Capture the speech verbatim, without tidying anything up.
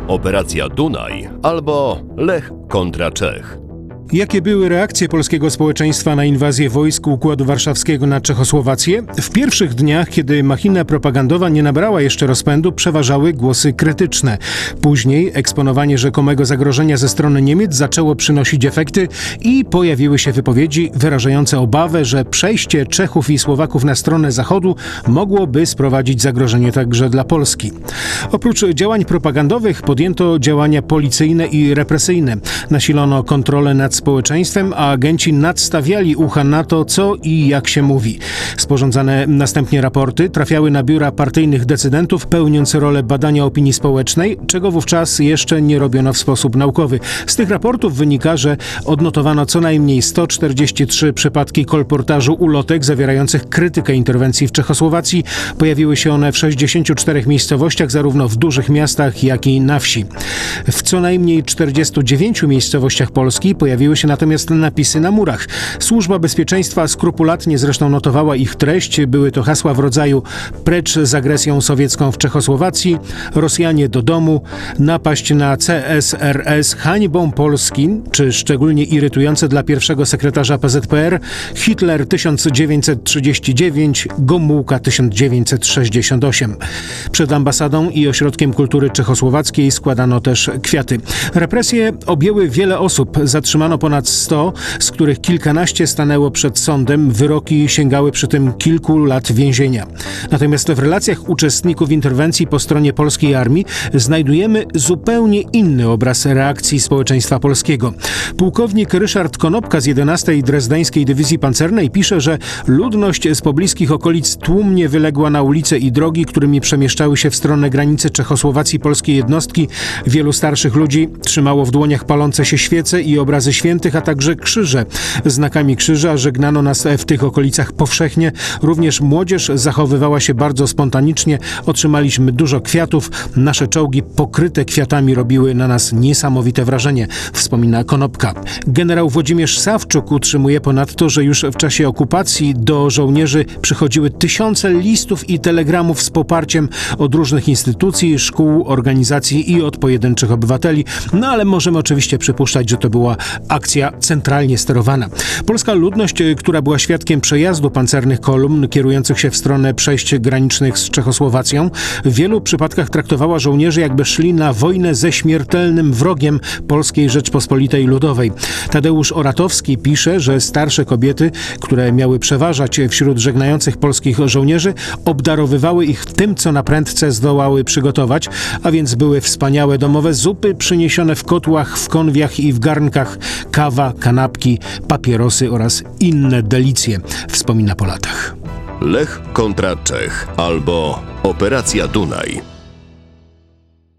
Operacja Dunaj albo Lech kontra Czech. Jakie były reakcje polskiego społeczeństwa na inwazję wojsk Układu Warszawskiego na Czechosłowację? W pierwszych dniach, kiedy machina propagandowa nie nabrała jeszcze rozpędu, przeważały głosy krytyczne. Później eksponowanie rzekomego zagrożenia ze strony Niemiec zaczęło przynosić efekty i pojawiły się wypowiedzi wyrażające obawę, że przejście Czechów i Słowaków na stronę Zachodu mogłoby sprowadzić zagrożenie także dla Polski. Oprócz działań propagandowych podjęto działania policyjne i represyjne. Nasilono kontrolę nad społeczeństwem, a agenci nadstawiali ucha na to, co i jak się mówi. Sporządzane następnie raporty trafiały na biura partyjnych decydentów, pełniąc rolę badania opinii społecznej, czego wówczas jeszcze nie robiono w sposób naukowy. Z tych raportów wynika, że odnotowano co najmniej sto czterdzieści trzy przypadki kolportażu ulotek zawierających krytykę interwencji w Czechosłowacji. Pojawiły się one w sześćdziesięciu czterech miejscowościach, zarówno w dużych miastach, jak i na wsi. W co najmniej czterdziestu dziewięciu miejscowościach Polski pojawiły się natomiast napisy na murach. Służba Bezpieczeństwa skrupulatnie zresztą notowała ich treść. Były to hasła w rodzaju: precz z agresją sowiecką w Czechosłowacji, Rosjanie do domu, napaść na C S R S hańbą Polski, czy szczególnie irytujące dla pierwszego sekretarza P Z P R, Hitler tysiąc dziewięćset trzydzieści dziewięć, Gomułka tysiąc dziewięćset sześćdziesiąt osiem. Przed ambasadą i Ośrodkiem Kultury Czechosłowackiej składano też kwiaty. Represje objęły wiele osób. Zatrzymano ponad sto, z których kilkanaście stanęło przed sądem. Wyroki sięgały przy tym kilku lat więzienia. Natomiast w relacjach uczestników interwencji po stronie polskiej armii znajdujemy zupełnie inny obraz reakcji społeczeństwa polskiego. Pułkownik Ryszard Konopka z jedenastej Drezdeńskiej Dywizji Pancernej pisze, że ludność z pobliskich okolic tłumnie wyległa na ulice i drogi, którymi przemieszczały się w stronę granicy Czechosłowacji polskie jednostki. Wielu starszych ludzi trzymało w dłoniach palące się świece i obrazy świętych, a także krzyże. Znakami krzyża żegnano nas w tych okolicach powszechnie. Również młodzież zachowywała się bardzo spontanicznie. Otrzymaliśmy dużo kwiatów. Nasze czołgi pokryte kwiatami robiły na nas niesamowite wrażenie, wspomina Konopka. Generał Włodzimierz Sawczuk utrzymuje ponadto, że już w czasie okupacji do żołnierzy przychodziły tysiące listów i telegramów z poparciem od różnych instytucji, szkół, organizacji i od pojedynczych obywateli. No ale możemy oczywiście przypuszczać, że to była akcja centralnie sterowana. Polska ludność, która była świadkiem przejazdu pancernych kolumn kierujących się w stronę przejść granicznych z Czechosłowacją, w wielu przypadkach traktowała żołnierzy, jakby szli na wojnę ze śmiertelnym wrogiem Polskiej Rzeczpospolitej Ludowej. Tadeusz Oratowski pisze, że starsze kobiety, które miały przeważać wśród żegnających polskich żołnierzy, obdarowywały ich tym, co na prędce zdołały przygotować, a więc były wspaniałe domowe zupy przyniesione w kotłach, w konwiach i w garnkach, kawa, kanapki, papierosy oraz inne delicje, wspomina po latach. Lech kontra Czech albo Operacja Dunaj.